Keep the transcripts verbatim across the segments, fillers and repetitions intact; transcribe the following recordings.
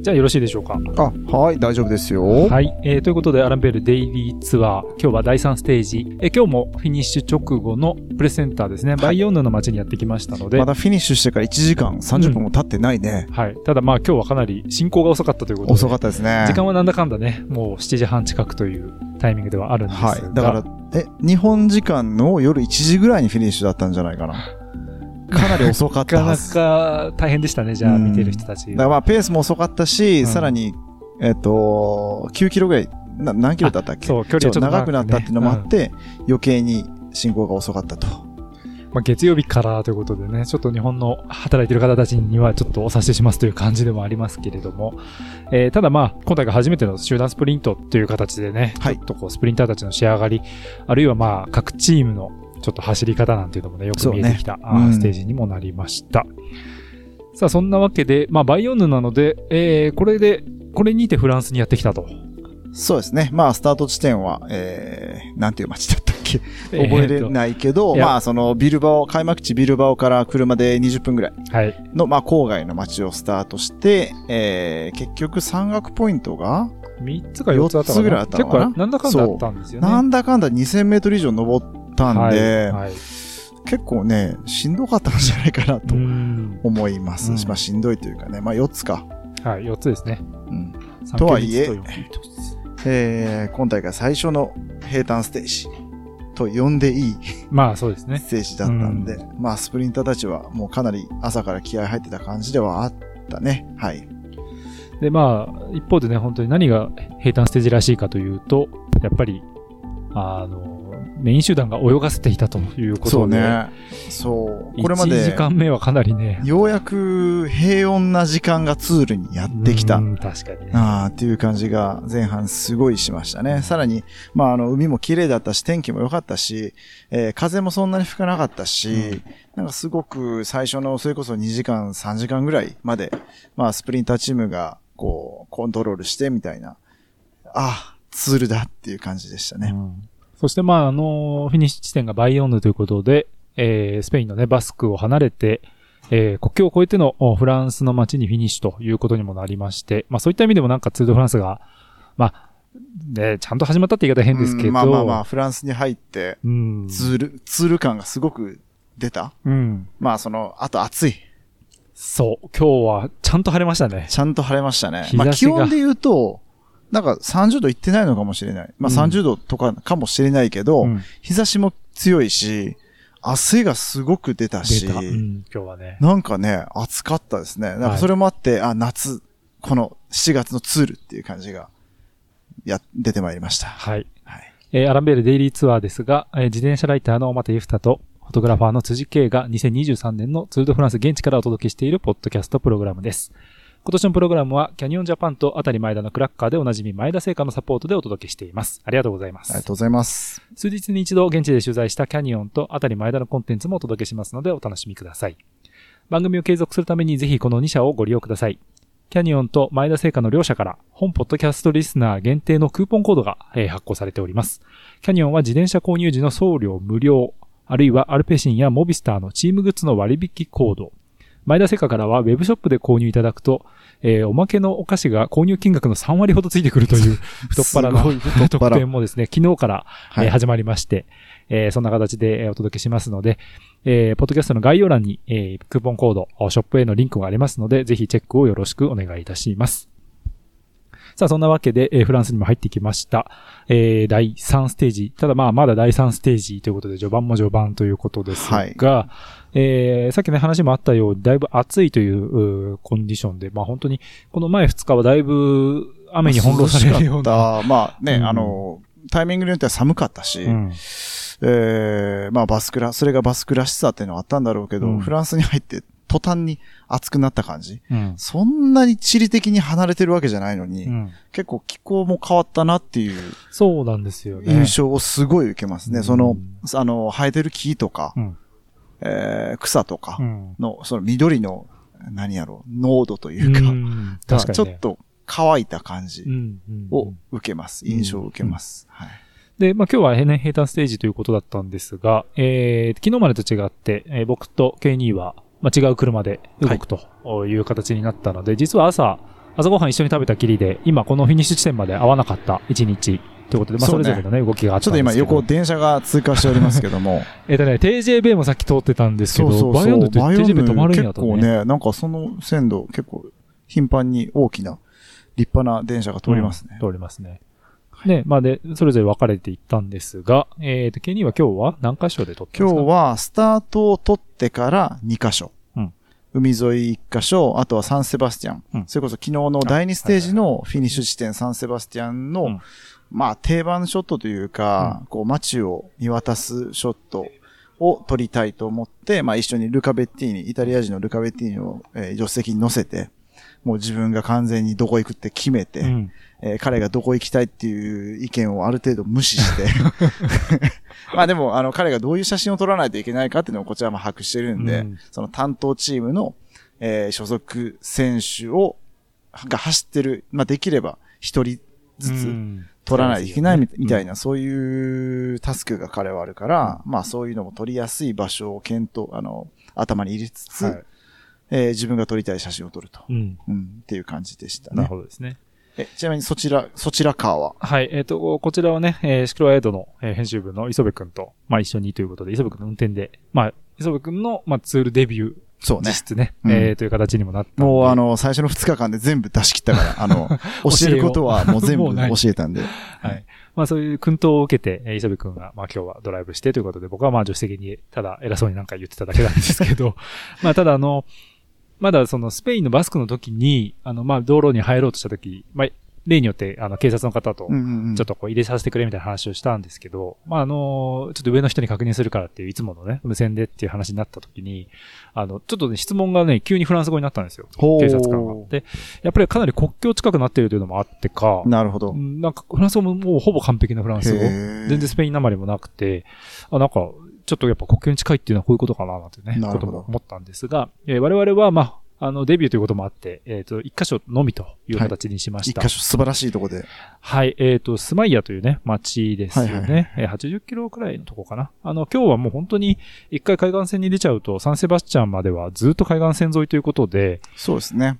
じゃあよろしいでしょうか。 あ、はい、大丈夫ですよ。 はい、えー、ということでアランベールデイリーツアー、今日はだいさんステージ、えー、今日もフィニッシュ直後のプレセンターですね、はい、バイヨンヌの街にやってきましたので、 まだフィニッシュしてからいちじかんさんじゅっぷんも経ってないね、 うん、はい。ただまあ今日はかなり進行が遅かったということで、 遅かったですね。 時間はなんだかんだね、もうしちじはん近くというタイミングではあるんですが、はい、 だからえ日本時間の夜いちじぐらいにフィニッシュだったんじゃないかな。かなり遅かったはず。 なかなか大変でしたね、じゃあ見てる人たち。 だからまあペースも遅かったし、うん、さらにえっときゅうキロぐらいな何キロだったっけ？ そう、距離はちょっと長くなったっていうのもあって、うん、余計に進行が遅かったと。 まあ、月曜日からということでね、ちょっと日本の働いている方たちにはちょっとお察ししますという感じでもありますけれども、えー、ただまあ今大会初めての集団スプリントという形でね、はい、ちょっとこうスプリンターたちの仕上がり、あるいはまあ各チームのちょっと走り方なんていうのもね、よく見えてきた、ね、うん、ステージにもなりました。さあそんなわけで、まあバイヨンヌなので、えー、これでこれにてフランスにやってきたと。 そうですね。まあスタート地点は、えー、なんていう街だったっけ覚えれないけど、えー、まあそのビルバオ、開幕地ビルバオから車でにじゅっぷんぐらいの、はい、まあ郊外の街をスタートして、えー、結局山岳ポイントがみっつかよっつあったかな。よっつぐらいあったのかな。結構なんだかんだあったんですよね。 なんだかんだにせんメートル以上登ったんで、はいはい、結構ね、しんどかったんじゃないかなと思います。まあしんどいというかね、まあよっつか。 はい、よっつですね。 うん。とはいえ、えー、今大会最初の平坦ステージと呼んでいいまあそうですね。 ステージだったんで、うん、まあスプリンターたちはもうかなり朝から気合入ってた感じではあったね。はい。 でまあ一方でね、本当に何が平坦ステージらしいかというと、やっぱりあのメイン集団が泳がせていたということで、 そうね。そう。これまでいちじかんめはかなりね、 ようやく平穏な時間がツールにやってきた。 うん、確かにね。 ああ、っていう感じが前半すごいしましたね。さらに、まああの海も綺麗だったし、天気も良かったし、えー、風もそんなに吹かなかったし、うん、なんかすごく最初のそれこそにじかん、さんじかんぐらいまで、まあスプリンターチームがこうコントロールしてみたいな、ああ、ツールだっていう感じでしたね。うん、 そしてまああのフィニッシュ地点がバイヨンヌということで、えー、スペインのねバスクを離れて、えー、国境を越えてのフランスの街にフィニッシュということにもなりまして、まあそういった意味でもなんかツール・ド・フランスがまあねちゃんと始まったって言い方変ですけど、 まあまあまあフランスに入ってツール、ツール感がすごく出た。うん、まあそのあと暑い。 そう、今日はちゃんと晴れましたね。 ちゃんと晴れましたね。まあ気温で言うと。なんかさんじゅうどいってないのかもしれない。まあさんじゅうどとかかもしれないけど、うん、日差しも強いし、汗がすごく出たし、 出た、うん、今日はね。 なんかね、暑かったですね。なんかそれもあって、はい、あ、夏、このしちがつのツールっていう感じが、や、出てまいりました。 はい。はい、えー、アランベールデイリーツアーですが、えー、自転車ライターの又由太と、フォトグラファーの辻圭がにせんにじゅうさんねんのツールドフランス現地からお届けしているポッドキャストプログラムです。今年のプログラムはキャニオンジャパンとあたり前田のクラッカーでおなじみ前田製菓のサポートでお届けしています。ありがとうございます。 ありがとうございます。 数日に一度現地で取材したキャニオンとあたり前田のコンテンツもお届けしますのでお楽しみください。番組を継続するためにぜひこのに社をご利用ください。キャニオンと前田製菓の両社から本ポッドキャストリスナー限定のクーポンコードが発行されております。キャニオンは自転車購入時の送料無料、あるいはアルペシンやモビスターのチームグッズの割引コード。前田製菓からはウェブショップで購入いただくと、えー、おまけのお菓子が購入金額のさんわりほどついてくるという太っ腹な特典もですね、昨日から、はい、えー、始まりまして、えー、そんな形でお届けしますので、えー、ポッドキャストの概要欄に、えー、クーポンコード、ショップへのリンクがありますので、ぜひチェックをよろしくお願いいたします。さあ、そんなわけで、えー、フランスにも入ってきました。えー、だいさんステージ。ただまあ、まだだいさんステージということで、序盤も序盤ということですが、はい、えー、さっきね、話もあったように、だいぶ暑いというコンディションで、まあ本当に、この前ふつかはだいぶ雨に翻弄されるような。 まあね、うん、あの、タイミングによっては寒かったし、うん、えー、まあバスクラ、それがバスクらしさっていうのはあったんだろうけど、うん、フランスに入って、途端に暑くなった感じ、うん、そんなに地理的に離れてるわけじゃないのに、うん、結構気候も変わったなっていうそうなんですよね印象をすごい受けますね、うん、そのあの生えてる木とか、うん、えー、草とかの、うん、その緑の何やろう濃度というか、うん、確かにね、ちょっと乾いた感じを受けます、うんうん、印象を受けます、うんうん、はい。 で、まあ今日は平年平坦ステージということだったんですが、えー、昨日までと違って、えー、僕と ケーツー はまあ、違う車で動くという形になったので、はい、実は朝、 朝ごはん一緒に食べたきりで、今このフィニッシュ地点まで会わなかった一日ということで、まあそれぞれのね、動きがあったんですけど。 ちょっと今横電車が通過しておりますけども。 えっとね、ティージェーベイ もさっき通ってたんですけど、 そうそうそうバイオンドって ティージェーベイ 止まるんやとね。 結構ね、なんかその線路結構頻繁に大きな立派な電車が通りますね。 うん、通りますね。で、まあで、それぞれ分かれていったんですが、えっと、ケニーは今日は何箇所で撮ったんですか？ 今日はスタートを取ってからに箇所。うん、海沿いいっ箇所、あとはサンセバスティアン。うん、それこそ昨日のだいにステージのフィニッシュ地点サンセバスティアンの、うん、まあ定番ショットというか、うん、こう街を見渡すショットを撮りたいと思って、まあ一緒にルカ・ベッティーニ、イタリア人のルカ・ベッティーニを、えー、助手席に乗せて、もう自分が完全にどこ行くって決めて、うんえー、彼がどこ行きたいっていう意見をある程度無視してまあでもあの彼がどういう写真を撮らないといけないかっていうのをこちらも把握してるんで、うん、その担当チームの、えー、所属選手をが走ってる、まあできれば一人ずつ撮らないといけないみたいな、うん、そういうタスクが彼はあるから、うん、まあそういうのも撮りやすい場所を検討あの頭に入れつつ、はいえー、自分が撮りたい写真を撮ると、うんうん、っていう感じでしたね。 なるほどですね。 え、ちなみにそちら、そちらカーははい、えっ、ー、と、こちらはね、えー、シクロワイドの、えー、編集部の磯部くんと、まあ一緒にということで、磯部くんの運転で、まあ、磯部くんの、まあツールデビュー、そうね。実質ね、うん、えー、という形にもなったんで。 もうあの、最初のふつかかんで全部出し切ったから、あの、教えることはもう全部教えたんで。 はい。まあそういう訓導を受けて、えー、磯部くんが、まあ今日はドライブしてということで、僕はまあ助手席にただ偉そうになんか言ってただけなんですけど、まあただあの、まだそのスペインのバスクの時に、あの、まあ道路に入ろうとした時、まあ、例によって、あの、警察の方と、ちょっとこう入れさせてくれみたいな話をしたんですけど、うんうんうん、まあ、あの、ちょっと上の人に確認するからっていう、いつものね、無線でっていう話になった時に、あの、ちょっとね、質問がね、急にフランス語になったんですよ。警察官が。で、やっぱりかなり国境近くなっているというのもあってか、 なるほど。 なんか、フランス語ももうほぼ完璧なフランス語。全然スペインなまりもなくて、あ、なんか、ちょっとやっぱ国境に近いっていうのはこういうことかな、なんてね、ことも思ったんですが、えー、我々は、まあ、あの、デビューということもあって、えっ、ー、と、一箇所のみという形にしました。 はい、一箇所素晴らしいとこで。 はい、えっ、ー、と、スマイヤというね、町ですよね。はいはいはい、えー、はちじゅっキロくらいのとこかな。あの、今日はもう本当に一回海岸線に出ちゃうと、サンセバスチャンまではずっと海岸線沿いということで。 そうですね。 うん。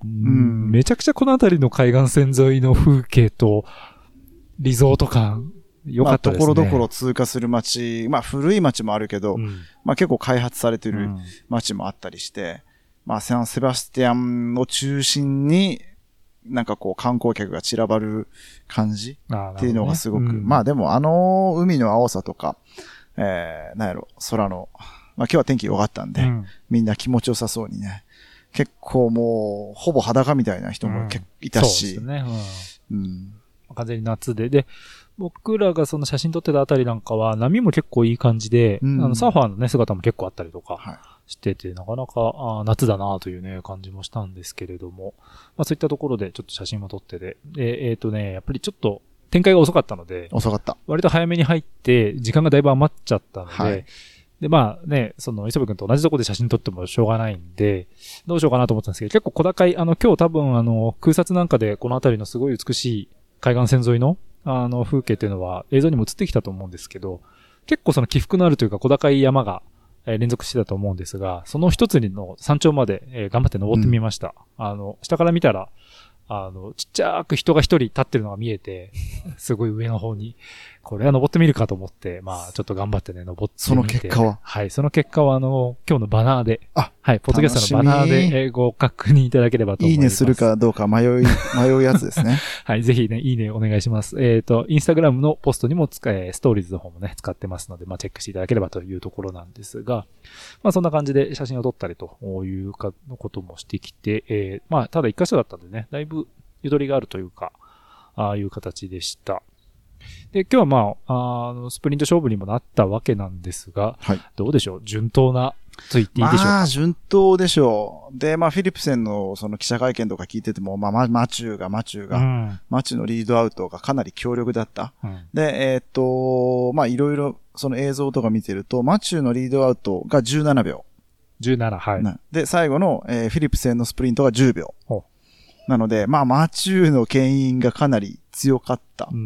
めちゃくちゃこの辺りの海岸線沿いの風景と、リゾート感、良かったですね。 まあ、ところどころ通過する町、まあ古い町もあるけど、うん、まあ結構開発されてる町もあったりして、うんまあ、サンセバスティアンを中心に、なんかこう観光客が散らばる感じっていうのがすごく、ねうん、まあでもあの海の青さとか、えー、なんやろ、空の、まあ今日は天気良かったんで、うん、みんな気持ちよさそうにね、結構もうほぼ裸みたいな人も結構いたし、 うん、そうですね、うん。うん。完全に夏で、で、僕らがその写真撮ってたあたりなんかは波も結構いい感じで、うん、あのサーファーのね姿も結構あったりとか、はいしてて、なかなかあ夏だなというね、感じもしたんですけれども、まあそういったところでちょっと写真も撮ってて、で、えっ、ー、とね、やっぱりちょっと展開が遅かったので、 遅かった。 割と早めに入って、時間がだいぶ余っちゃったので、はい、で、まあね、その、磯部くんと同じところで写真撮ってもしょうがないんで、どうしようかなと思ったんですけど、結構小高い、あの、今日多分あの、空撮なんかでこの辺りのすごい美しい海岸線沿いの、あの、風景っていうのは映像にも映ってきたと思うんですけど、結構その起伏のあるというか小高い山が、えー、連続してたと思うんですが、その一つの山頂まで、えー、頑張って登ってみました。うん、あの、下から見たら、あの、ちっちゃく人が一人立ってるのが見えて、すごい上の方に、これは登ってみるかと思って、まあ、ちょっと頑張ってね、登ってみて。 その結果ははい、その結果は、あの、今日のバナーで、あ、はい、ポッドキャストのバナーで、えー、ご確認いただければと思います。 いいねするかどうか迷い、迷うやつですね。 はい、ぜひね、いいねお願いします。えっ、ー、と、インスタグラムのポストにも使え、ストーリーズの方もね、使ってますので、まあ、チェックしていただければというところなんですが、まあ、そんな感じで写真を撮ったりというか、のこともしてきて、えー、まあ、ただ一箇所だったんでね、だいぶ、ゆとりがあるというか、ああいう形でした。で、今日はまあ、あの、スプリント勝負にもなったわけなんですが、はい、どうでしょう順当なと言っていいでしょうか。 まあ、順当でしょう。で、まあ、フィリプセンのその記者会見とか聞いてても、まあ、マチューが、マチューが、うん、マチューのリードアウトがかなり強力だった。うん、で、えー、っと、まあ、いろいろ、その映像とか見てると、マチューのリードアウトがじゅうななびょう。 じゅうなな、はい。 で、最後の、えー、フィリプセンのスプリントがじゅうびょう。なので、まあ、マチューの牽引がかなり強かったって、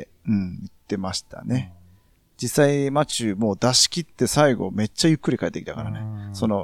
うん、うん、言ってましたね。実際、マチューもう出し切って最後めっちゃゆっくり帰ってきたからね。その、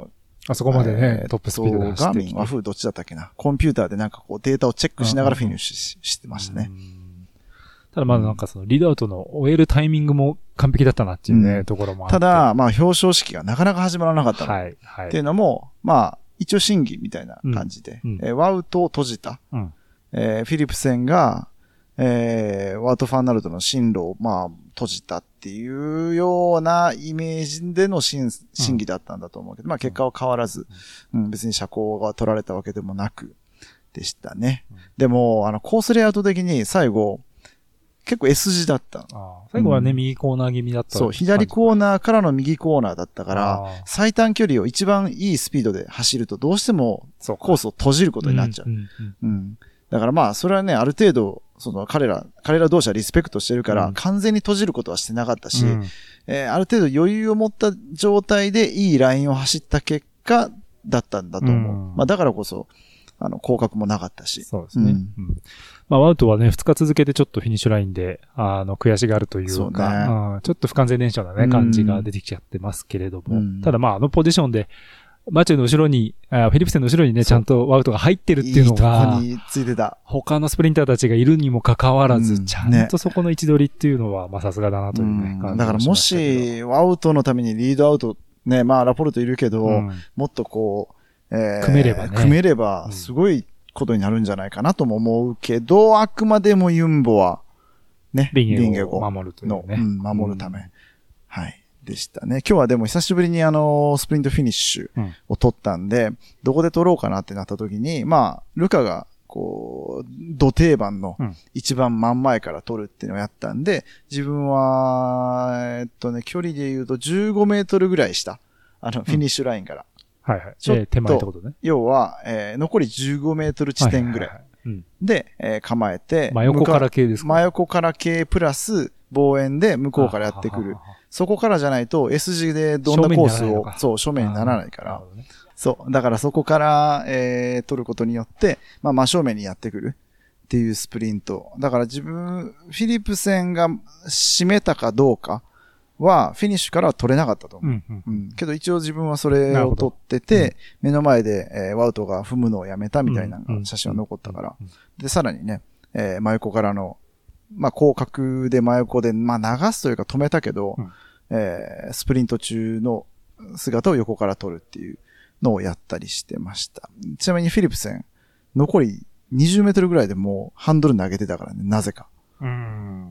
あそこまでね、 えー、 トップスピードで走ってきて。 ガーミン、ワフーどっちだったっけな。コンピューターでなんかこうデータをチェックしながらフィニッシュ し,、うん、してましたね。 ただまだなんかそのリードアウトの終えるタイミングも完璧だったなっていうね、うん、ところもあって。 ただ、まあ表彰式がなかなか始まらなかったの。 はい、はい。 っていうのも、まあ一応審議みたいな感じで、うんうん、えー、ワウトを閉じた、うん、えー、フィリプセンが、えー、ワウト・ファンナルドの進路をまあ閉じたっていうようなイメージでの審議だったんだと思うけど、うん、まあ結果は変わらず、うん、別に車高が取られたわけでもなくでしたね。うん、でも、あのコースレイアウト的に最後、結構 S 字だった。 あ最後はね、うん、右コーナー気味だった。 そう、左コーナーからの右コーナーだったから、最短距離を一番いいスピードで走るとどうしてもコースを閉じることになっちゃう。うんうんうんうん、だからまあ、それはね、ある程度、その彼ら、彼ら同士はリスペクトしてるから、うん、完全に閉じることはしてなかったし、うんえー、ある程度余裕を持った状態でいいラインを走った結果だったんだと思う。うん、まあだからこそ、あの、降格もなかったし。 そうですね。うんうんまあ、ワウトはね、二日続けてちょっとフィニッシュラインで、あの、悔しがるというか、うねうん、ちょっと不完全燃焼なね、感じが出てきちゃってますけれども、うん、ただまあ、あのポジションで、マチューの後ろに、あフィリプセンの後ろにね、ちゃんとワウトが入ってるっていうのが、 いいとこについてた。 他のスプリンターたちがいるにもかかわらず、うん、ちゃんとそこの位置取りっていうのは、まあ、さすがだなというね、 うん、だからもし、ワウトのためにリードアウト、ね、まあ、ラポルトいるけど、うん、もっとこう、えー、 組めればね。 組めれば、すごい、ことになるんじゃないかなとも思うけど、あくまでもユンボは、ね、 ビンゲゴを守るというね。 うん、守るため、うん。はい。でしたね。今日はでも久しぶりにあの、スプリントフィニッシュを取ったんで、うん、どこで取ろうかなってなった時に、まあ、ルカが、こう、土定番の一番真ん前から取るっていうのをやったんで、自分は、えっとね、距離で言うとじゅうごメートルぐらい下、あの、フィニッシュラインから。 うん、はいはい。ちょっと、手前ってことね。 要は、えー、残りじゅうごメートル地点ぐらい。はいはいはいうん、で、えー、構えて。 真横から系ですか？ 真横から系プラス、望遠で向こうからやってくる。そこからじゃないと S 字でどんなコースを、そう、正面にならないから。ね、そう。だからそこから、えー、取ることによって、まあ真正面にやってくるっていうスプリント。だから自分、フィリプセンが締めたかどうかは、フィニッシュからは取れなかったと思う。うんうんうん、けど一応自分はそれを取ってて、うん、目の前で、えー、ワウトが踏むのをやめたみたいな写真は残ったから。うんうんうん、で、さらにね、えー、真横からの、まあ、広角で真横で、まあ、流すというか止めたけど、うんえー、スプリント中の姿を横から撮るっていうのをやったりしてました。ちなみにフィリプセン、残りにじゅうメートルぐらいでもうハンドル投げてたからね、なぜか。 うん。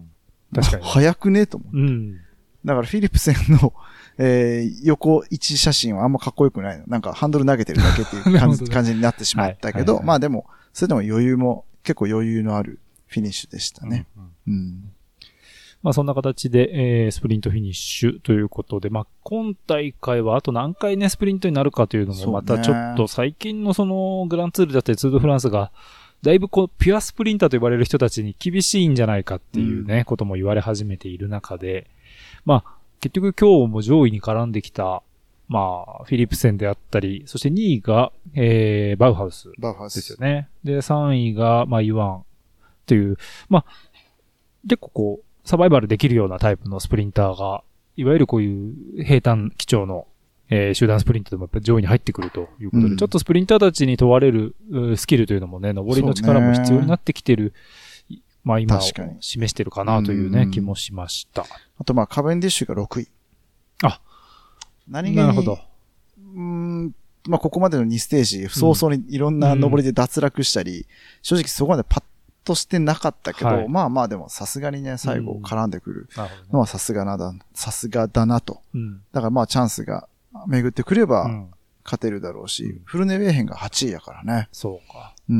確かに。 早くねと思う。うん。だからフィリプセンの、えー、横位置写真はあんまかっこよくないの。なんかハンドル投げてるだけっていう感じ感じになってしまったけど、はいはいはい、まあでも、それでも余裕も、結構余裕のあるフィニッシュでしたね。うん、うんうんまあそんな形で、えー、スプリントフィニッシュということで、まあ今大会はあと何回ね、スプリントになるかというのもまたちょっと最近のそのグランツールだったりツールドフランスが、だいぶこう、ピュアスプリンターと呼ばれる人たちに厳しいんじゃないかっていうね、うん、ことも言われ始めている中で、まあ結局今日も上位に絡んできた、まあフィリプセンであったり、そしてにいが、えー、バウハウスですよね。で、さんいが、まあユワンという、まあ結構こう、サバイバルできるようなタイプのスプリンターが、いわゆるこういう平坦基調の、えー、集団スプリントでもやっぱり上位に入ってくるということで、うん、ちょっとスプリンターたちに問われるスキルというのもね、上りの力も必要になってきてる、まあ今を示してるかなというね、気もしました。 あとまあカベンディッシュがろくい。 あ、 何気に、なるほど。うーん、まあここまでのにステージ、早々にいろんな上りで脱落したり、うん、正直そこまでパッとしてなかったけど、はい、まあまあでもさすがにね、最後絡んでくるのはさすがなだ、さすがだなと、うん。だからまあチャンスが巡ってくれば勝てるだろうし、うん、フルネウェーヘンがはちいやからね。 そうか。 うん。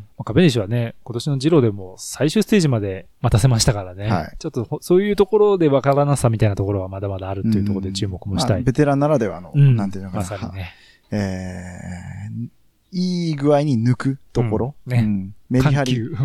カベニッシュはね、今年のジロでも最終ステージまで待たせましたからね。はい。ちょっとそういうところでわからなさみたいなところはまだまだあるっていうところで注目もしたい。 まあ、ベテランならではの、うん、なんていうのかな。 まさにね。 えー、いい具合に抜くところ、うん、ね、うん、メリハリ、うん、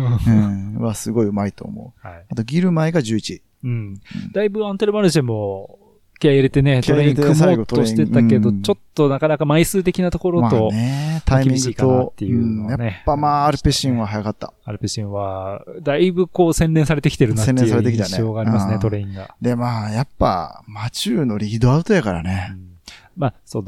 はすごい上手いと思う。はい、あとギルマイがじゅういちい。 うん。だいぶアンテルマルシェも気合い入れてね、トレイン組もうとしてたけど、うん、ちょっとなかなか枚数的なところと、まあね、 タイミングと、 っていうのはね、 うん、やっぱまあアルペシンは早かった。 アルペシンは、だいぶこう洗練されてきてるなっていう印象がありますね、トレインが。 でまあ、やっぱ、マチューのリードアウトやからね。 うん、まあ、そうです。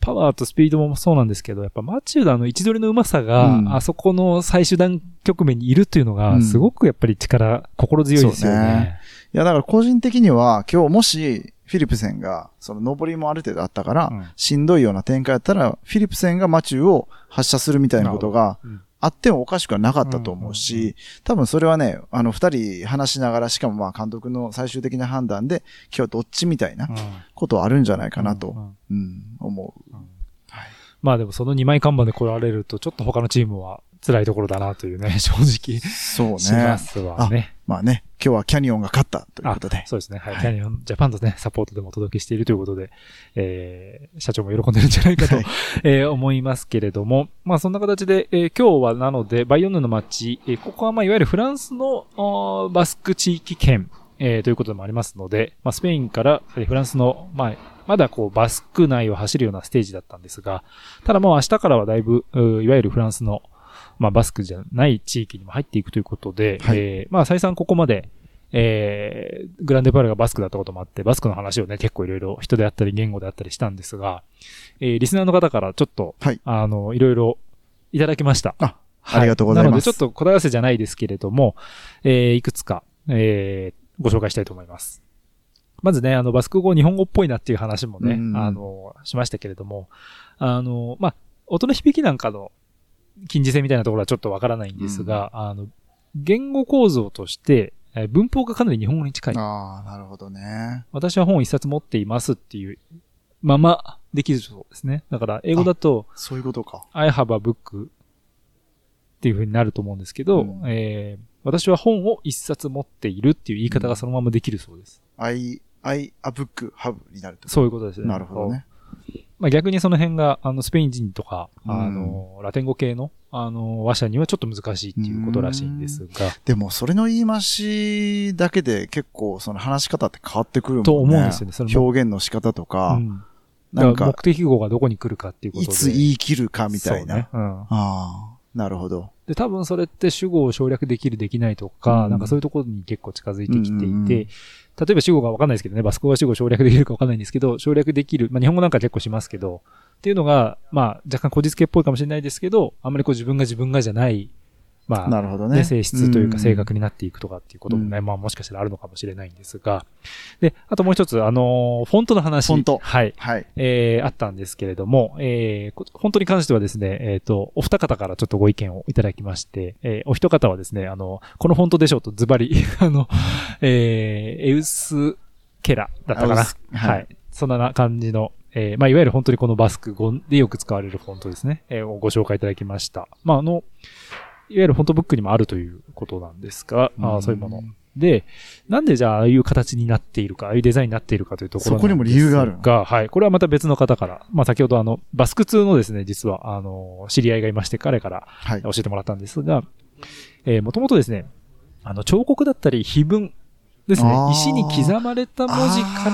パワーとスピードもそうなんですけど、やっぱマチューのあの位置取りの上手さが、うん、あそこの最終段局面にいるっていうのが、すごくやっぱり力、心強いですよね。ねいや、だから個人的には、今日もし、フィリプセンが、その上りもある程度あったから、うん、しんどいような展開だったら、フィリプセンがマチューを発射するみたいなことが、あってもおかしくはなかったと思うし、うんうんうん、多分それはね、あの二人話しながら、しかもまあ監督の最終的な判断で、今日どっちみたいなことあるんじゃないかなと、うんうんうん、思う、うんはい。まあでもそのにまい看板で来られると、ちょっと他のチームは辛いところだなというね、正直。 そうね。 しますわね。 まあね、今日はキャニオンが勝ったということで。 そうですね。はい。はい、キャニオンジャパンとね、サポートでもお届けしているということで、えー、社長も喜んでるんじゃないかと、はいえー、思いますけれども、まあそんな形で、えー、今日はなので、バイヨンヌの街、えー、ここはまあいわゆるフランスのバスク地域圏、えー、ということでもありますので、まあスペインから、えー、フランスの、まあ、まだこうバスク内を走るようなステージだったんですが、ただもう明日からはだいぶ、いわゆるフランスのまあ、バスクじゃない地域にも入っていくということで、はい、えー、まあ、再三ここまで、えー、グランデパールがバスクだったこともあって、バスクの話をね、結構いろいろ人であったり言語であったりしたんですが、えー、リスナーの方からちょっと、はい、あの、いろいろいただきました。 あ、はい、ありがとうございます。 なので、ちょっと答え合わせじゃないですけれども、えー、いくつか、えー、ご紹介したいと思います。まずね、あの、バスク語日本語っぽいなっていう話もね、あの、しましたけれども、あの、まあ、音の響きなんかの、近似性みたいなところはちょっとわからないんですが、うん、あの、言語構造として、文法がかなり日本語に近い。 ああ、なるほどね。 私は本を一冊持っていますっていうままできるそうですね。だから、英語だと、 そういうことか。 I have a book っていう風になると思うんですけど、うん、えー、私は本を一冊持っているっていう言い方がそのままできるそうです。 うん、I, I, a book have になると。 そういうことですね。 なるほどね。 まあ逆にその辺が、あの、スペイン人とか、うん、あの、ラテン語系の、あの、話者にはちょっと難しいっていうことらしいんですが。 でも、それの言い回しだけで結構、その話し方って変わってくるもんね。 と思うんですよね。 その表現の仕方とか、うん、 なんか、目的語がどこに来るかっていうことで。 いつ言い切るかみたいな。 ね、うん、 ああ、なるほど。 で、多分それって主語を省略できるできないとか、うん、なんかそういうところに結構近づいてきていて、うんうんうん、例えば主語がわかんないですけどね、バスク語が主語を省略できるかわかんないんですけど、省略できる、まあ日本語なんか結構しますけど、っていうのが、まあ若干こじつけっぽいかもしれないですけど、あんまりこう自分が自分がじゃない、まあ、 なるほどね。 性質というか性格になっていくとかっていうこともね、うん、まあもしかしたらあるのかもしれないんですが。で、あともう一つ、あのー、フォントの話。 フォント。 はい。 はい。 えー、あったんですけれども、えー、フォントに関してはですね、えっと、お二方からちょっとご意見をいただきまして、えー、お一方はですね、あの、このフォントでしょうとズバリ、あの、えー、エウスケラだったかな。はい、はい。そんな感じの、えー、まあいわゆる本当にこのバスク語でよく使われるフォントですね、えー、をご紹介いただきました。まああの、いわゆるフォントブックにもあるということなんですが、あそういうもの。で、なんでじゃあああいう形になっているか、ああいうデザインになっているかというところなんですが、そこにも理由があるが、はい。これはまた別の方から、まあ先ほどあの、バスク通のですね、実はあの、知り合いがいまして彼から教えてもらったんですが、はい、えー、もともとですね、あの、彫刻だったり碑文ですね、石に刻まれた文字から、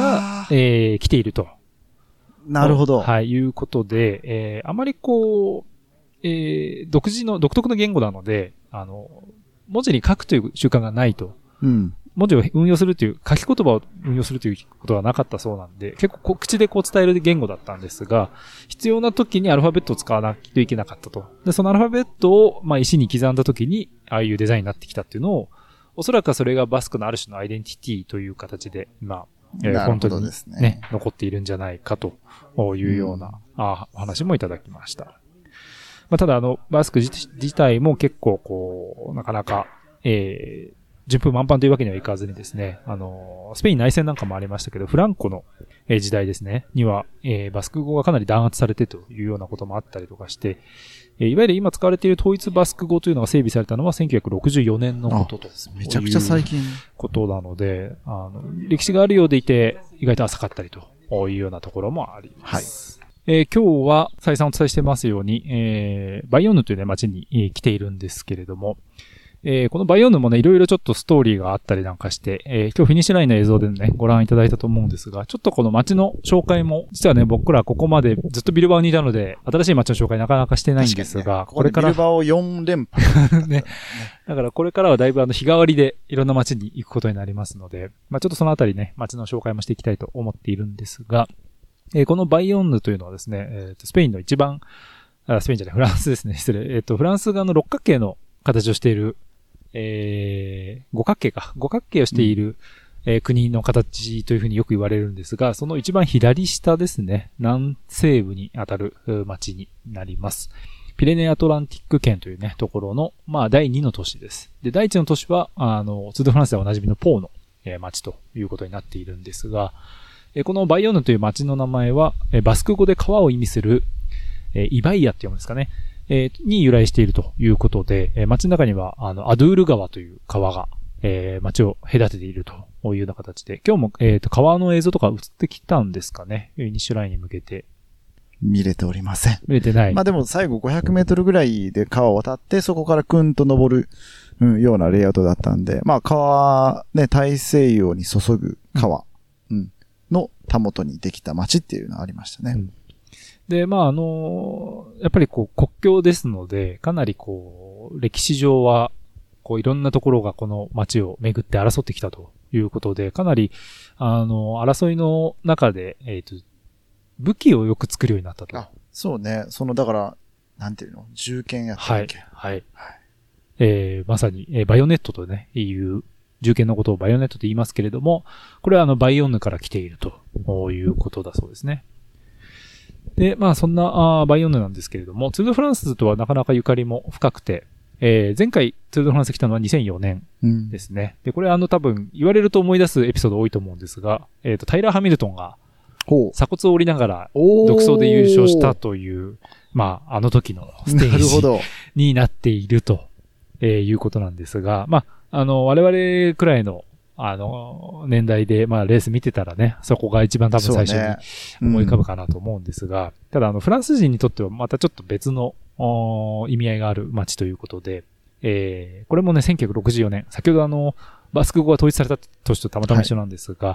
えー、来ていると。 なるほど。 はい、いうことで、えー、あまりこう、えー、独自の、独特の言語なので、あの、文字に書くという習慣がないと。 うん。 文字を運用するという、書き言葉を運用するということがなかったそうなんで、結構口でこう伝える言語だったんですが、必要な時にアルファベットを使わなきゃいけなかったと。で、そのアルファベットを、まあ、石に刻んだ時に、ああいうデザインになってきたっていうのを、おそらくそれがバスクのある種のアイデンティティという形で、まあ、えー、本当にね、ね、残っているんじゃないかというような、うん、あお話もいただきました。まあ、ただあの、バスク 自, 自体も結構こう、なかなか、えー、順風満帆というわけにはいかずにですね、あの、スペイン内戦なんかもありましたけど、フランコの時代ですね、には、えー、バスク語がかなり弾圧されてというようなこともあったりとかして、えー、いわゆる今使われている統一バスク語というのが整備されたのはせんきゅうひゃくろくじゅうよねんのことと。 めちゃくちゃ最近。 ことなので、あの、歴史があるようでいて、意外と浅かったりというようなところもあります。はい。えー、今日は再三お伝えしてますように、えー、バイオンヌというね、町に、えー、来ているんですけれども、えー、このバイオンヌもね、いろいろちょっとストーリーがあったりなんかして、えー、今日フィニッシュラインの映像でね、ご覧いただいたと思うんですが、ちょっとこの街の紹介も、実はね、僕らここまでずっとビルバオにいたので、新しい街の紹介なかなかしてないんですが、 ね、これから。ビルバオよん連覇。ね。だからこれからはだいぶあの日替わりでいろんな街に行くことになりますので、まあちょっとそのあたりね、街の紹介もしていきたいと思っているんですが、 えー、このバイヨンヌというのはですね、えーと、スペインの一番、あ、スペインじゃない、フランスですね、失礼。えっと、フランス側の六角形の形をしている、えー、五角形か、五角形をしている、うんえー、国の形というふうによく言われるんですが、その一番左下ですね、南西部にあたる町になります。ピレネアトランティック県というね、ところの、まあ、だいにの都市です。で、だいいちの都市は、あの、ツール・ド・フランスでおなじみのポーの、えー、町ということになっているんですが、えー、このバイヨンヌという町の名前は、えー、バスク語で川を意味する、えー、イバイアって読むんですかね、えー、に由来しているということで、えー、町の中には、あの、アドゥール川という川が、えー、街を隔てているというような形で、今日も、えっと、川の映像とか映ってきたんですかね。フィニッシュラインに向けて。 見れておりません。 見れてない。 まあでも最後ごひゃくメートルぐらいで川を渡って、そこからクンと登る、うん、ようなレイアウトだったんで、まあ川、ね、大西洋に注ぐ川、うん、のたもとにできた街っていうのがありましたね。うん、 で、まああのー、やっぱりこう国境ですので、かなりこう、歴史上は、こういろんなところがこの街を巡って争ってきたということで、かなり、あの、争いの中で、えっと、武器をよく作るようになったと。 あ、そうね。その、だから、なんていうの銃剣やったっけ、 はい。はい。はい、えー、まさに、えー、バイオネットとね、いう銃剣のことをバイオネットと言いますけれども、これはあの、バイオンヌから来ているということだそうですね。で、まあそんなあバイオンヌなんですけれども、ツール・ド・フランスとはなかなかゆかりも深くて、えー、前回ツール・ド・フランス来たのはにせんよねんですね。うん、で、これあの多分言われると思い出すエピソード多いと思うんですが、えっと、タイラー・ハミルトンが鎖骨を折りながら独走で優勝したという、まああの時のステージになっていると、えー、いうことなんですが、まああの我々くらいのあの年代でまあレース見てたらね、そこが一番多分最初に思い浮かぶかなと思うんですが、ねうん、ただあのフランス人にとってはまたちょっと別の意味合いがある街ということで、えー、これもね、せんきゅうひゃくろくじゅうよねん、先ほどあの、バスク語が統一された年とたまたま一緒なんですが、はい、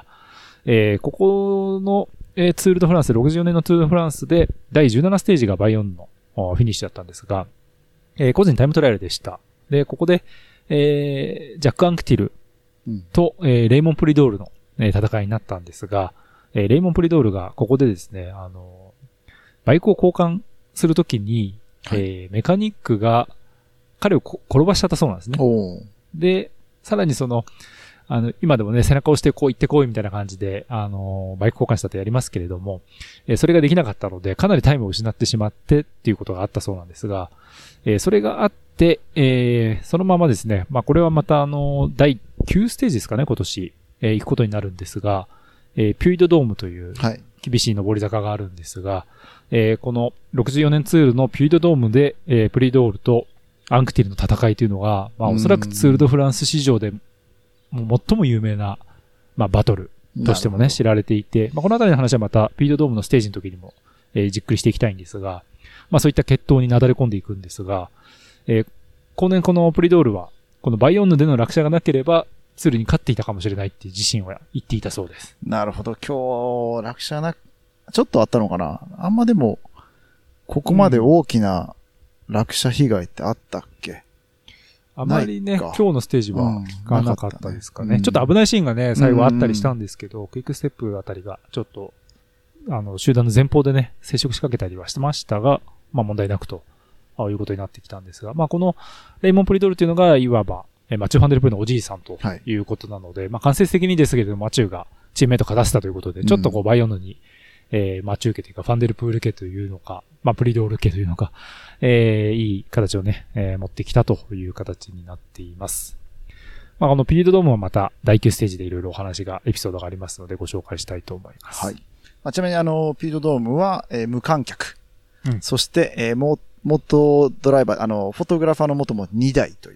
えー、ここの、えー、ツール・ド・フランス、ろくじゅうよねんのツール・ド・フランスで、だいじゅうななステージがバイオンのフィニッシュだったんですが、えー、個人タイムトライアルでした。で、ここで、えー、ジャック・アンクティルと、うん、えー、レイモン・プリドールの、えー、戦いになったんですが、えー、レイモン・プリドールがここでですね、あの、バイクを交換するときに、はい、えー、メカニックが彼を転ばしちゃったそうなんですね。で、さらにその、あの、今でもね、背中を押してこう行ってこいみたいな感じで、あの、バイク交換したってやりますけれども、えー、それができなかったので、かなりタイムを失ってしまってっていうことがあったそうなんですが、えー、それがあって、えー、そのままですね、まあこれはまたあの、だいきゅうステージですかね、今年、えー、行くことになるんですが、えー、ピュイドドームという厳しい上り坂があるんですが、はいえー、このろくじゅうよねんツールのピュイドドームで、えー、プリドールとアンクティルの戦いというのが、まあおそらくツールドフランス史上でもう最も有名な、まあバトルとしてもね、知られていて、まあこのあたりの話はまたピュイドドームのステージの時にも、えー、じっくりしていきたいんですが、まあそういった決闘になだれ込んでいくんですが、えー、後年このプリドールは、このバイオンヌでの落車がなければ、ツールに勝っていたかもしれないっていう自信を言っていたそうです。 なるほど。今日、落車な、ちょっとあったのかな？あんまでも、ここまで大きな落車被害ってあったっけ？ うん、あまりね、今日のステージは聞かなかったですかね。うん、かねちょっと危ないシーンがね、最後あったりしたんですけど、うん、クイックステップあたりがちょっと、あの、集団の前方でね、接触しかけたりはしてましたが、まあ問題なくと、ああいうことになってきたんですが、まあこのレイモン・プリドールというのが、いわば、えマチュー・ファンデルプールのおじいさんということなので、はい、まあ間接的にですけれども、マチューがチームメイト勝たせたということで、ちょっとこうバイオンヌに、うんえー、マチュー家というか、ファンデルプール家というのか、まあ、プリドール家というのか、えー、いい形をね、えー、持ってきたという形になっています。まあ、このピリードドームはまた、だいきゅうステージでいろいろお話が、エピソードがありますので、ご紹介したいと思います。 はい。まあ、ちなみにあの、ピリードドームは、えー、無観客。うん。そして、えー、も、元ドライバー、あの、フォトグラファーの元もにだいという、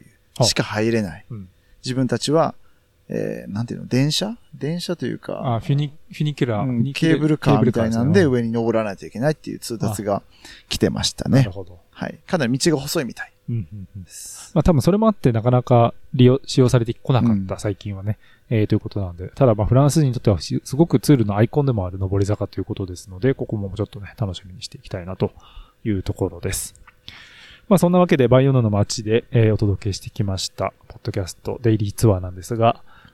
しか入れない。うん。自分たちは、えー、なんていうの電車電車というか。 あ、フィニ、フィニキュラー、 うん、ケーブルカーみたいなんで上に登らないといけないっていう通達が来てましたね。 なるほど。 はい。かなり道が細いみたい。 うんうんうん。まあ多分それもあってなかなか利用、使用されてこなかった、うん、最近はね、えー。ということなんで。ただまあフランス人にとってはすごくツールのアイコンでもある上り坂ということですので、ここもちょっとね、楽しみにしていきたいなというところです。まあそんなわけでバイオンヌの街で、えー、お届けしてきました、ポッドキャストデイリーツアーなんですが、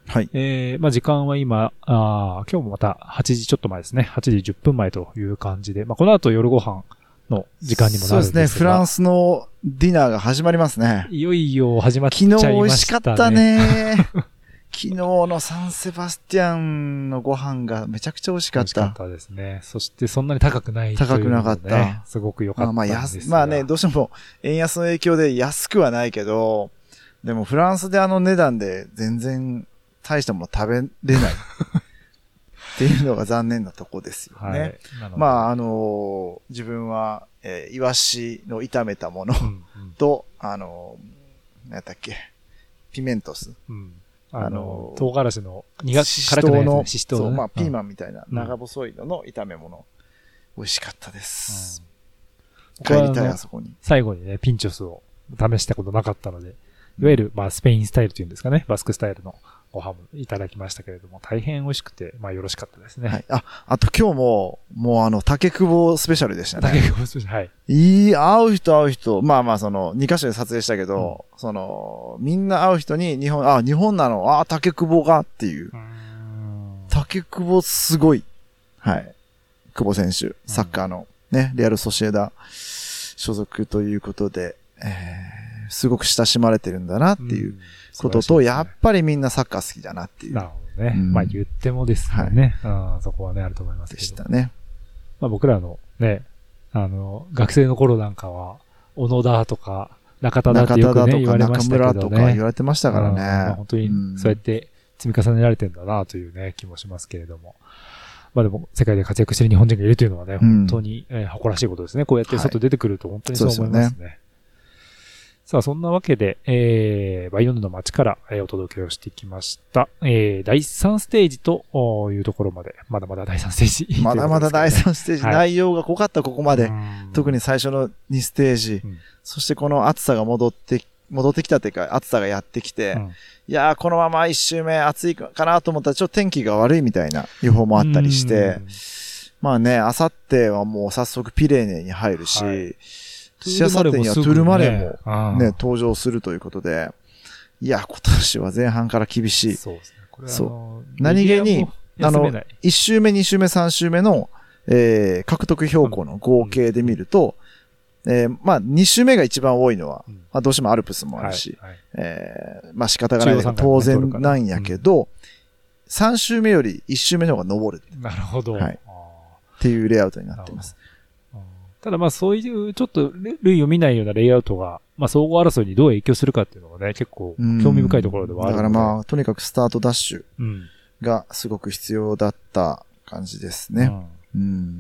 はい。 えー、まあ時間は今、あ今日もまたはちじちょっと前ですね。はちじじゅっぷんまえという感じで、まあこの後夜ご飯の時間にもなるんですが。そうですね。 フランスのディナーが始まりますね。 いよいよ始まっちゃいましたね。 昨日美味しかったね。昨日のサンセバスティアンのご飯がめちゃくちゃ美味しかった。 美味しかったですね。そしてそんなに高くないというので、ね。 高くなかった。 すごく良かったんですが。 まあ、まあ、まあね、どうしても円安の影響で安くはないけど、でもフランスであの値段で全然大したもの食べれないっていうのが残念なとこですよね。はい、まああのー、自分は、えー、イワシの炒めたものと、うんうん、あのー、何だっけ、ピメントス。うんあの、唐辛子の苦辛くないやつ、ね、 シシトウの、 そう、まあ、ピーマンみたいな長細いのの炒め物。美味しかったです。うん、帰りたい、あそこに。 最後にね、ピンチョスを試したことなかったので、いわゆる、まあ、スペインスタイルというんですかね、バスクスタイルのご飯もいただきましたけれども、大変美味しくて、まあ、よろしかったですね。 はい。あ、あと今日も、もうあの、竹久保スペシャルでしたね。 竹久保スペシャル、はい。 いい、会う人会う人、まあまあ、その、にカ所で撮影したけど、うん、その、みんな会う人に、日本、あ、日本なの、あ、竹久保がっていう。う竹久保すごい。はい。久保選手、サッカーの、ね、レアルソシエダ所属ということで、えー、すごく親しまれてるんだなっていうことと、うんね、やっぱりみんなサッカー好きだなっていう。 なるほどね。うん、まあ言ってもですね、はい、そこはね、あると思いますけど。 でしたね。 まあ僕らのね、あの、学生の頃なんかは、小野田とか、中田だってよくね、言われましたけどね。中村とか言われてましたからね。まあ、本当にそうやって積み重ねられてんだなというね、気もしますけれども。まあでも、世界で活躍している日本人がいるというのはね、本当に、えー、誇らしいことですね。こうやって外出てくると本当にそう思いますね。はい、そうですね。さあ、そんなわけで、えー、バイヨンヌの街から、えー、お届けをしてきました。えー、だいさんステージというところまで、まだまだだいさんステージ、ね。 まだまだだいさんステージ、はい、内容が濃かった、ここまで。特に最初のにステージ、うん、そしてこの暑さが戻って、戻ってきたというか、暑さがやってきて、うん、いやー、このまま一周目暑いかなと思ったら、ちょっと天気が悪いみたいな予報もあったりして、まあね、あさってはもう早速ピレーネに入るし、はい、しあさってにはトゥルマレーもね、登場するということで、いや、今年は前半から厳しい。そうですね。これはそう。何気に、あの、いち周目、に周目、さん周目の、えー、獲得標高の合計で見ると、うん、えー、まあ、に周目が一番多いのは、うん、まあ、どうしてもアルプスもあるし、はいはい、えー、まあ仕方がないけど、当然なんやけど、うん、さん周目よりいち周目の方が登る。 なるほど。 はい。っていうレイアウトになっています。 ただまあそういうちょっと類を見ないようなレイアウトが、まあ総合争いにどう影響するかっていうのがね、結構興味深いところではあるので。 だからまあ、とにかくスタートダッシュがすごく必要だった感じですね。うん。うん、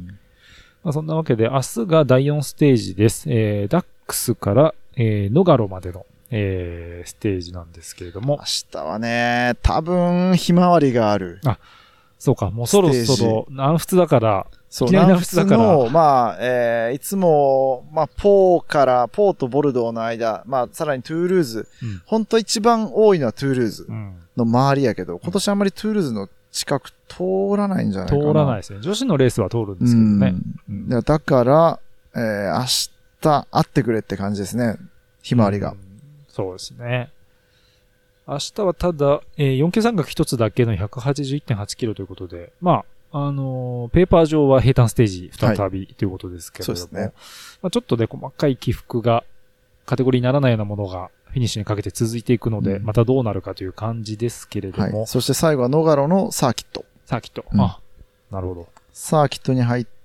まあそんなわけで明日がだいよんステージです。えー、ダックスから、えー、ノガロまでの、えー、ステージなんですけれども。 明日はね、多分ひまわりがある。 あ、そうか、もうそろそろ南仏だから、 そう、南仏の、まあ、えー、いつも、まあ、ポーから、ポーとボルドーの間、まあ、さらにトゥールーズ、うん、本当一番多いのはトゥールーズの周りやけど、うん、今年あんまりトゥールーズの近く通らないんじゃないかな。 通らないですね。女子のレースは通るんですけどね。 うん、だから、えー、明日会ってくれって感じですね。ひまわりが、うん。 そうですね。明日はただ、えー、よん級山岳一つだけの ひゃくはちじゅういってんはちキロということで、まあ、あのー、ペーパー上は平坦ステージ再びということですけれども、はい、そうですね。まあ、ちょっとね、細かい起伏がカテゴリーにならないようなものがフィニッシュにかけて続いていくので、うん、またどうなるかという感じですけれども。 はい、そして最後はノガロのサーキット。 サーキット。うん、あ、なるほど。 サーキットに入って、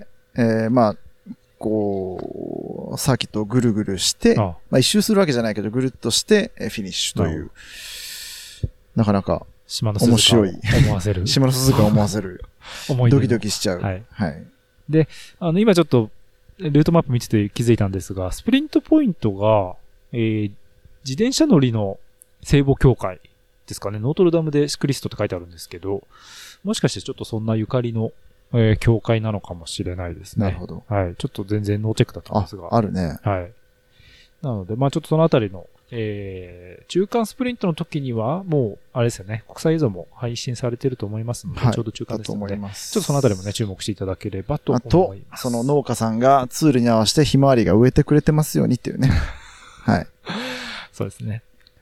えー、まあ、こう、サーキットをぐるぐるして、ああまあ一周するわけじゃないけど、ぐるっとして、フィニッシュという、なかなか、 島の鈴鹿を思わせる。 島の鈴鹿を思わせる。ドキドキしちゃう。はい。はい。 で、あの、今ちょっと、ルートマップ見てて気づいたんですが、スプリントポイントが、えー、自転車乗りの聖母教会ですかね。ノートルダムでクリストって書いてあるんですけど、もしかしてちょっとそんなゆかりの、えー、教会なのかもしれないですね。 なるほど。 はい。ちょっと全然ノーチェックだったんですが。 あ、あるね。 はい。なので、まあちょっとそのあたりの、えー、中間スプリントの時には、もう、あれですよね、国際映像も配信されてると思いますので、はい、ちょうど中間ですので、と思います。ちょっとそのあたりもね、注目していただければと思います。 あと、その農家さんがツールに合わせてひまわりが植えてくれてますようにっていうね。はい。 そうですね。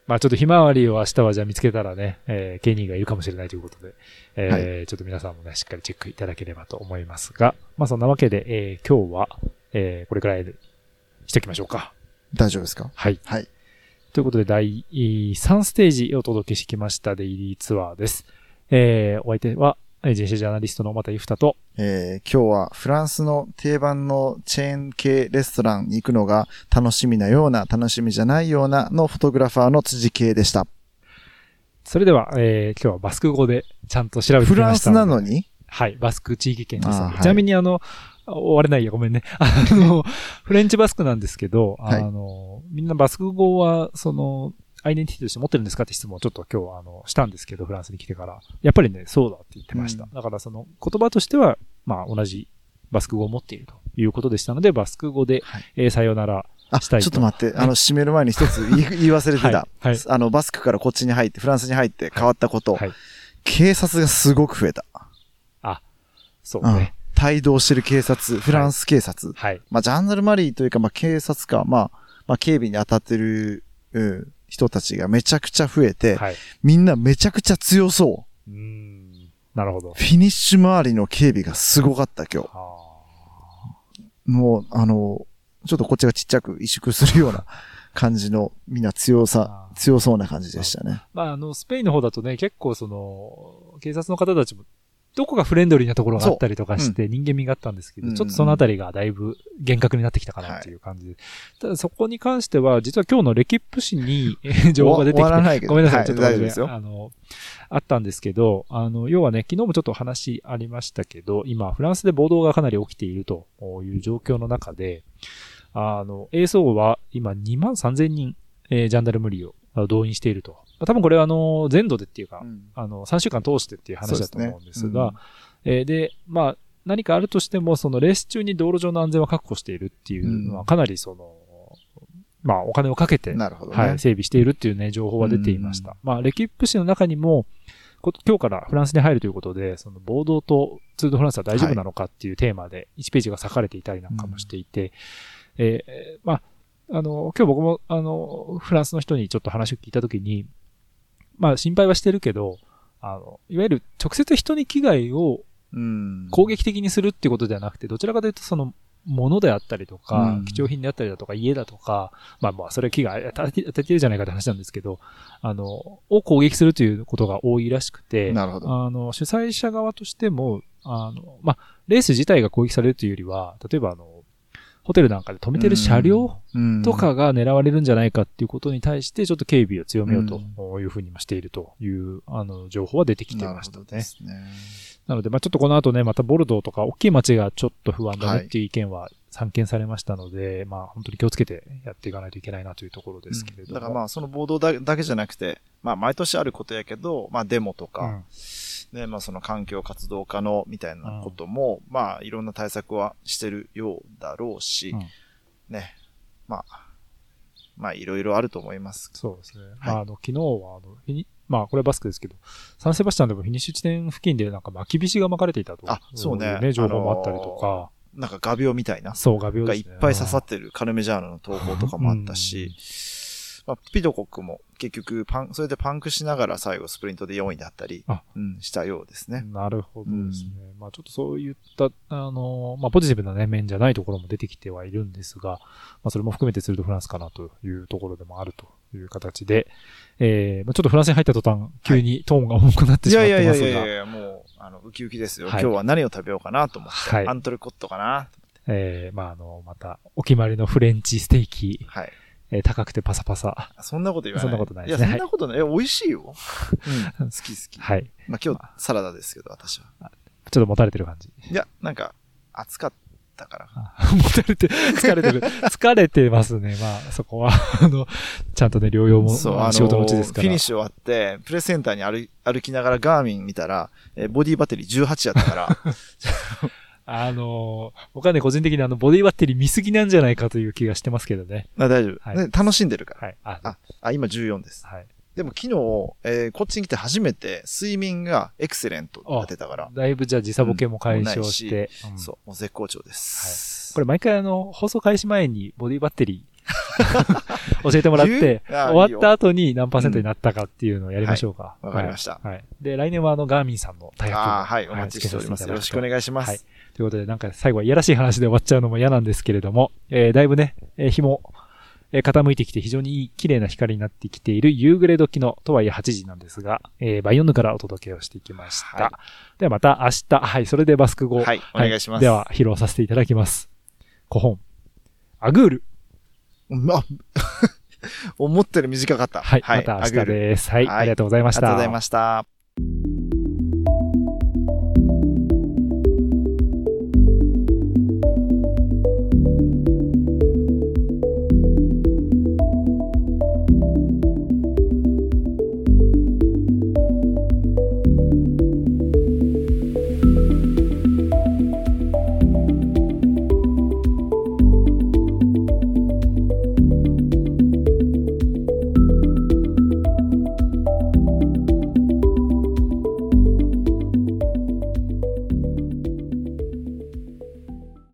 まあちょっとひまわりを明日はじゃあ見つけたらね、えー、ケニーがいるかもしれないということで、えーはい、ちょっと皆さんもね、しっかりチェックいただければと思いますが、まあそんなわけで、えー、今日は、えー、これくらいでしておきましょうか。 大丈夫ですか？ はい。 はい。 ということで、だいさんステージをお届けしてきましたデイリーツアーです。えー、お相手は、人種ジャーナリストの又井ふたと、 えー、今日はフランスの定番のチェーン系レストランに行くのが楽しみなような、楽しみじゃないようなのフォトグラファーの辻圭でした。 それでは、えー、今日はバスク語でちゃんと調べてきました。 フランスなのに？ はい、バスク地域圏です、はい。ちなみにあの、終われないよ、ごめんね。あの、フレンチバスクなんですけど、あの、はい、みんなバスク語は、その、アイデンティティとして持ってるんですかって質問をちょっと今日あの、したんですけど、フランスに来てから。やっぱりね、そうだって言ってました。うん、だからその、言葉としては、まあ同じバスク語を持っているということでしたので、バスク語で、はい、えー、さよならしたいと。 あ、ちょっと待って、あの、締める前に一つ言い、言い忘れてた。はいはい、あの、バスクからこっちに入って、フランスに入って変わったこと。はいはい、警察がすごく増えた。 あ、そうね。 うん、帯同してる警察、フランス警察。はい。はい、まあ、ジャンダルマリーというか、まあ、警察か、まあ、まあ、警備に当たってる、うん、人たちがめちゃくちゃ増えて、はい、みんなめちゃくちゃ強そう。 うーん、なるほど。 フィニッシュ周りの警備がすごかった今日。もう、あの、ちょっとこっちがちっちゃく萎縮するような感じの、みんな強さ、強そうな感じでしたね。 まあ、あの、スペインの方だとね、結構その、警察の方たちも、どこかフレンドリーなところがあったりとかして、人間味があったんですけど、うん、ちょっとそのあたりがだいぶ厳格になってきたかなっていう感じで。はい、ただそこに関しては、実は今日のレキップ誌に情報が出てきて、ごめんなさい、ちょっと大丈夫ですよ。あの、あったんですけど、あの、要はね、昨日もちょっと話ありましたけど、今、フランスで暴動がかなり起きているという状況の中で、あの、エーエスオー は今にまんさんぜんにん、えー、ジャンダルムリーを動員していると。多分これはあの、全土でっていうか、うん、あの、さんしゅうかん通してっていう話だと思うんですが、で、ねうんえー、で、まあ、何かあるとしても、そのレース中に道路上の安全は確保しているっていうのは、かなりその、うん、まあ、お金をかけて、なるほどね、はい、整備しているっていうね、情報は出ていました。うん、まあ、レキップ誌の中にも、今日からフランスに入るということで、その暴動とツール・ド・フランスは大丈夫なのかっていうテーマでいちページが割かれていたりなんかもしていて、うんえー、まあ、あの、今日僕も、あの、フランスの人にちょっと話を聞いたときに、まあ、心配はしてるけど、あの、いわゆる直接人に危害を攻撃的にするっていうことではなくて、どちらかというとその、物であったりとか、うん、貴重品であったりだとか、家だとか、まあまあ、それ危害与えてるじゃないかって話なんですけど、あの、を攻撃するということが多いらしくて、 なるほど。 あの、主催者側としても、あの、まあ、レース自体が攻撃されるというよりは、例えばあの、ホテルなんかで止めてる車両とかが狙われるんじゃないかっていうことに対して、ちょっと警備を強めようというふうにしているという、あの、情報は出てきていましたね。なるほどですね。なので、まあちょっとこの後ね、またボルドーとか大きい街がちょっと不安だねっていう意見は散見されましたので、はい、まあ本当に気をつけてやっていかないといけないなというところですけれども。うん、 だからまあその暴動だけじゃなくて、まあ毎年あることやけど、まあデモとか、うんね、まあその環境活動家のみたいなことも、うん、まあいろんな対策はしてるようだろうし、うんね。まあ、まあ、いろいろあると思います。 そうですね。はい、まあ、あの、昨日は、あの、フィニ、まあ、これはバスクですけど、サンセバスチャンでもフィニッシュ地点付近でなんか巻き菱が巻かれていたと。 あ、そうね。 ね、情報もあったりとか。あのー、なんか画鋲みたいな。 そう、画鋲がいっぱい刺さってるカルメジャーノの投稿とかもあったし、まあ、ピドコックも結局パン、それでパンクしながら最後スプリントでよんいだったり、うん、したようですね。 なるほどですね。うん、まあちょっとそういった、あの、まあポジティブな、ね、面じゃないところも出てきてはいるんですが、まあそれも含めてツール・ド・フランスかなというところでもあるという形で、えー、まあちょっとフランスに入った途端、急にトーンが重くなってしまってますが。 いやいやいやいや、もう、あの、ウキウキですよ。はい、今日は何を食べようかなと思って、はい、アントルコットかなと思って。 えー、まああの、また、お決まりのフレンチステーキ。はい。えー、高くてパサパサ。 そんなこと言わない。 そんなことないですね。 いや、そんなことない。え、美味しいよ。うん。好き好き。 はい。 まあ今日、サラダですけど、私は。 ちょっともたれてる感じ。 いや、なんか、暑かったから。 もたれて、疲れてる。疲れてますね。まあ、そこは、あの、ちゃんとね、療養も、そう、仕事のうちですから。 フィニッシュ終わって、プレスセンターに歩歩きながらガーミン見たら、えー、ボディバッテリーじゅうはちやったから、 あのー、僕はね、個人的にあの、ボディバッテリー見すぎなんじゃないかという気がしてますけどね。 あ、大丈夫。はい、ね、楽しんでるから。 はい。 あ、あ、あ今じゅうよんです。はい。でも昨日、えー、こっちに来て初めて睡眠がエクセレントが出たから。 だいぶじゃあ時差ボケも解消して。 うんうん、そう、もう絶好調です。 はい。これ毎回あの、放送開始前にボディバッテリー教えてもらって、 言うあ終わった後に何パーセントになったかっていうのをやりましょうか。 うんはいわかりましたはい。はい。で、来年はあの、ガーミンさんのタイアップもああ、はい、お待ちしております。よろしくお願いします。 はい。ということで、なんか最後はいやらしい話で終わっちゃうのも嫌なんですけれども、えー、だいぶね、えー、日も、えー、傾いてきて非常にいい綺麗な光になってきている夕暮れ時の、とはいえはちじなんですが、えー、バイオンヌからお届けをしていきました。はい、ではまた明日、はい、それでバスク語。 はい、お願いします。 はい、では、披露させていただきます。古本。アグール。 あ、思ったより短かった。 はい、はい、また明日です。はい、ありがとうございました。 ありがとうございました。